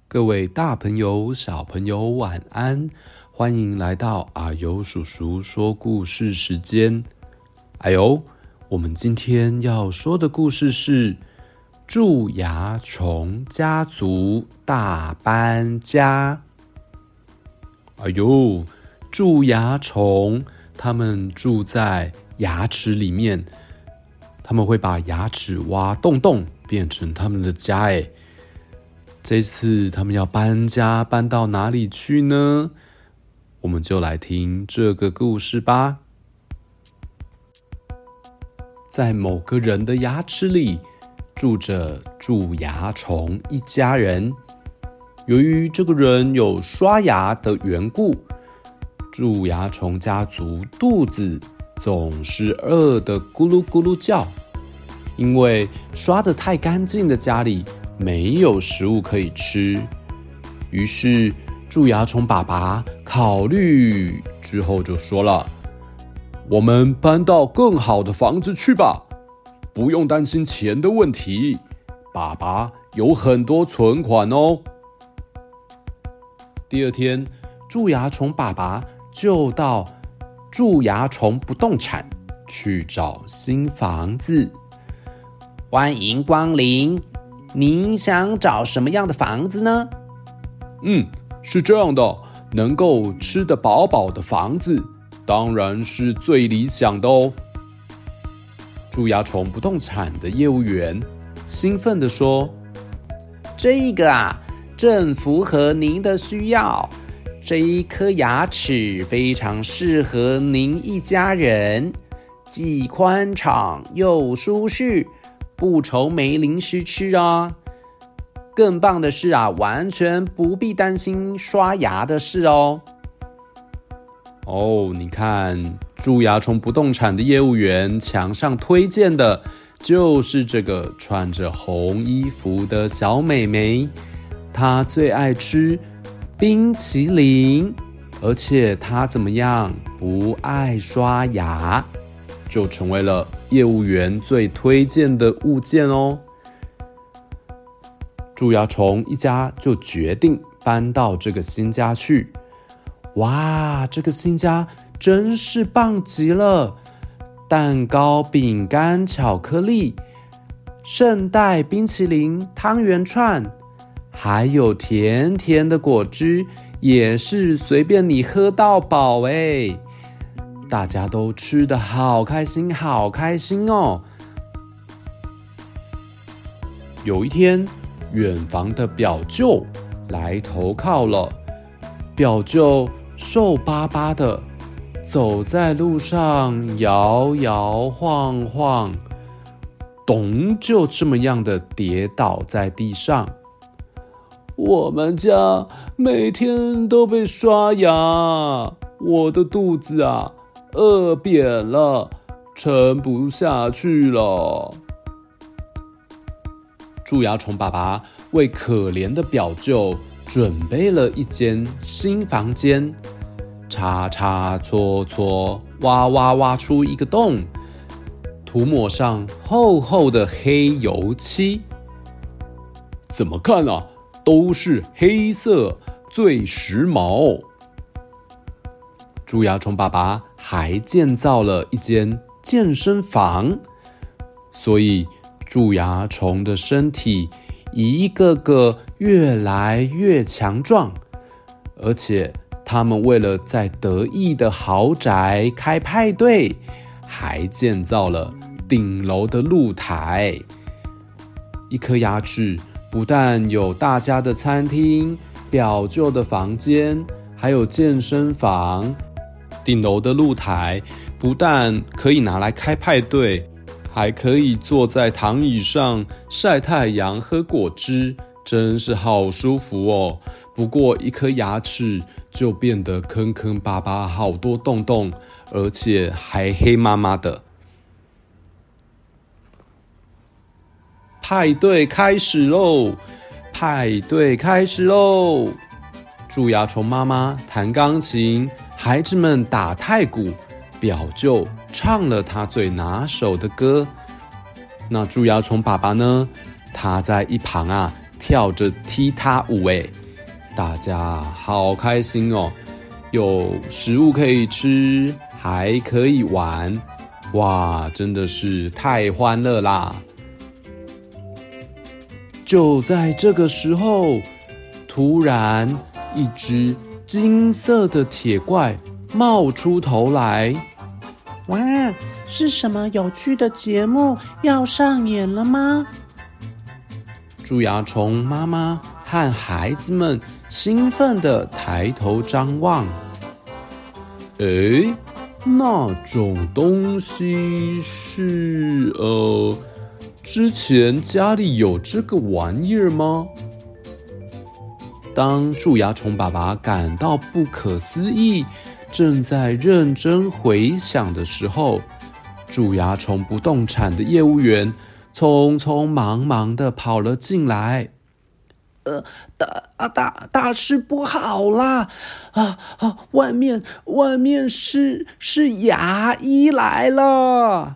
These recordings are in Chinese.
各位大朋友、小朋友晚安，欢迎来到阿尤叔叔说故事时间。我们今天要说的故事是蛀牙虫家族大搬家。蛀牙虫他们住在牙齿里面，他们会把牙齿挖洞洞变成他们的家。这次他们要搬家，搬到哪里去呢？我们就来听这个故事吧。在某个人的牙齿里住着蛀牙虫一家人。由于这个人有刷牙的缘故，蛀牙虫家族肚子总是饿得咕噜咕噜叫，因为刷得太干净的家里没有食物可以吃。于是蛀牙虫爸爸考虑之后就说了，我们搬到更好的房子去吧，不用担心钱的问题，爸爸有很多存款哦。第二天，蛀牙虫爸爸就到蛀牙虫不动产去找新房子。 欢迎光临，您想找什么样的房子呢？ 是这样的，能够吃得饱饱的房子当然是最理想的哦。蛀牙虫不动产的业务员兴奋地说， 这个正符合您的需要，这一颗牙齿非常适合您一家人，既宽敞又舒适，不愁没零食吃啊。更棒的是完全不必担心刷牙的事哦。 你看，蛀牙虫不动产的业务员墙上推荐的就是这个穿着红衣服的小美眉，她最爱吃冰淇淋，而且她怎么样？不爱刷牙，就成为了业务员最推荐的物件哦。蛀牙虫一家就决定搬到这个新家去。哇，这个新家真是棒极了！蛋糕、饼干、巧克力、圣代冰淇淋、汤圆串，还有甜甜的果汁，也是随便你喝到饱大家都吃得好开心，好开心哦！有一天，远房的表舅来投靠了。表舅瘦巴巴的走在路上，摇摇晃晃，咚，就这么样的跌倒在地上。我们家每天都被刷牙，我的肚子饿扁了，撑不下去了。蛀牙虫爸爸为可怜的表舅准备了一间新房间，擦擦搓搓，挖挖挖出一个洞，涂抹上厚厚的黑油漆。怎么看都是黑色，最时髦。蛀牙虫爸爸还建造了一间健身房，所以蛀牙虫的身体一个个越来越强壮，而且他们为了在得意的豪宅开派对，还建造了顶楼的露台。一颗牙齿不但有大家的餐厅、表舅的房间，还有健身房。顶楼的露台不但可以拿来开派对，还可以坐在躺椅上晒太阳喝果汁，真是好舒服哦。不过一颗牙齿就变得坑坑巴巴，好多洞洞，而且还黑麻麻的。派对开始喽！派对开始喽！蛀牙虫妈妈弹钢琴，孩子们打太鼓，表舅唱了他最拿手的歌。那蛀牙虫爸爸呢？他在一旁跳着踢踏舞大家好开心哦，有食物可以吃，还可以玩，哇，真的是太欢乐啦！就在这个时候，突然一只金色的铁怪冒出头来。 哇，是什么有趣的节目要上演了吗？ 蛀牙虫妈妈和孩子们兴奋地抬头张望。诶，那种东西是之前家里有这个玩意儿吗？当蛀牙虫爸爸感到不可思议，正在认真回想的时候，蛀牙虫不动产的业务员匆匆忙忙地跑了进来。 大事不好啦！外面是牙医来了。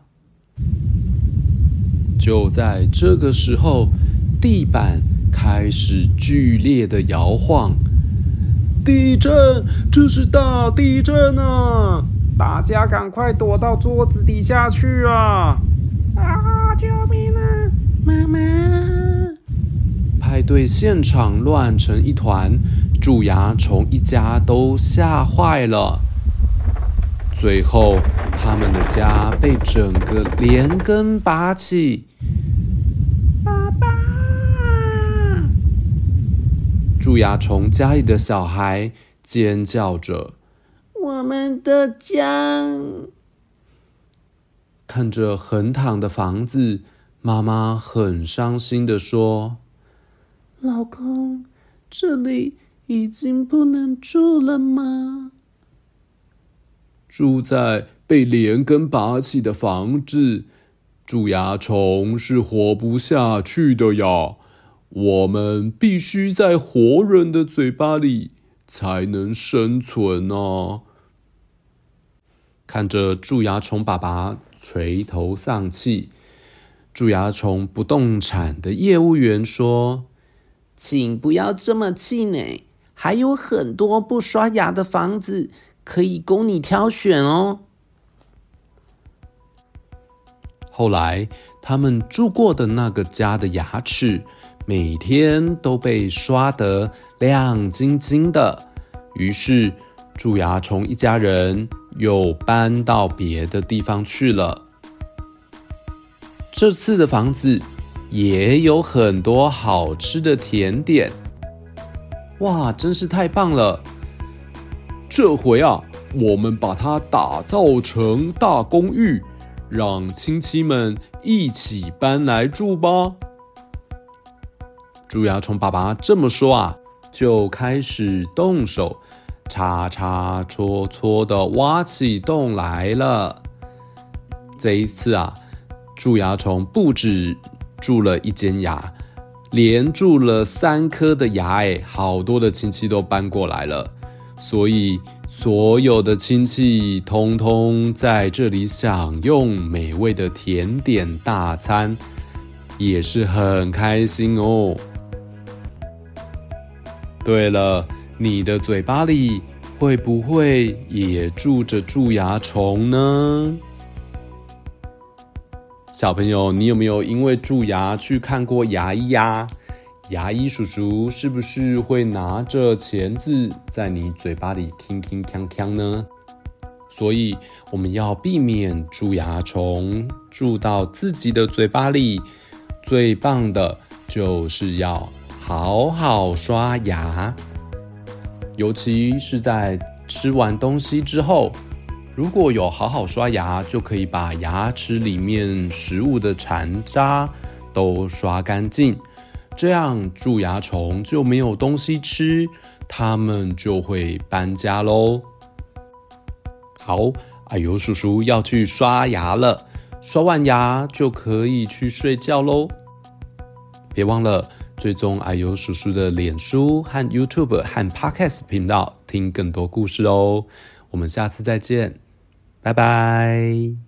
就在这个时候，地板开始剧烈的摇晃。地震！这是大地震啊！ 大家赶快躲到桌子底下去啊！救命啊！妈妈！ 派对现场乱成一团，蛀牙虫一家都吓坏了。最后，他们的家被整个连根拔起。 爸爸！ 蛀牙虫家里的小孩尖叫着：“ 我们的家！” 看着横躺的房子，妈妈很伤心地说：“ 老公，这里已经不能住了吗？” 住在被连根拔起的房子，蛀牙虫是活不下去的呀。我们必须在活人的嘴巴里才能生存啊！看着蛀牙虫爸爸垂头丧气，蛀牙虫不动产的业务员说：“ 请不要这么气馁，还有很多不刷牙的房子可以供你挑选哦。” 后来，他们住过的那个家的牙齿每天都被刷得亮晶晶的，于是蛀牙虫一家人又搬到别的地方去了。这次的房子也有很多好吃的甜点，哇，真是太棒了！这回啊，我们把它打造成大公寓，让亲戚们一起搬来住吧。蛀牙虫爸爸这么说啊，就开始动手，叉叉戳戳的挖起洞来了。这一次啊，蛀牙虫不止蛀了一间牙，连蛀了3颗的牙，好多的亲戚都搬过来了，所以所有的亲戚通通在这里享用美味的甜点大餐，也是很开心哦。对了，你的嘴巴里会不会也住着蛀牙虫呢？小朋友，你有没有因为蛀牙去看过牙医呀？牙医叔叔是不是会拿着钳子在你嘴巴里铿铿锵锵呢？所以我们要避免蛀牙虫蛀到自己的嘴巴里，最棒的就是要好好刷牙，尤其是在吃完东西之后，如果有好好刷牙，就可以把牙齿里面食物的残渣都刷干净，这样蛀牙虫就没有东西吃，它们就会搬家咯。好，哎呦叔叔要去刷牙了，刷完牙就可以去睡觉咯。别忘了追踪哎呦叔叔的脸书和 YouTube 和 Podcast 频道，听更多故事哦。我们下次再见，拜拜。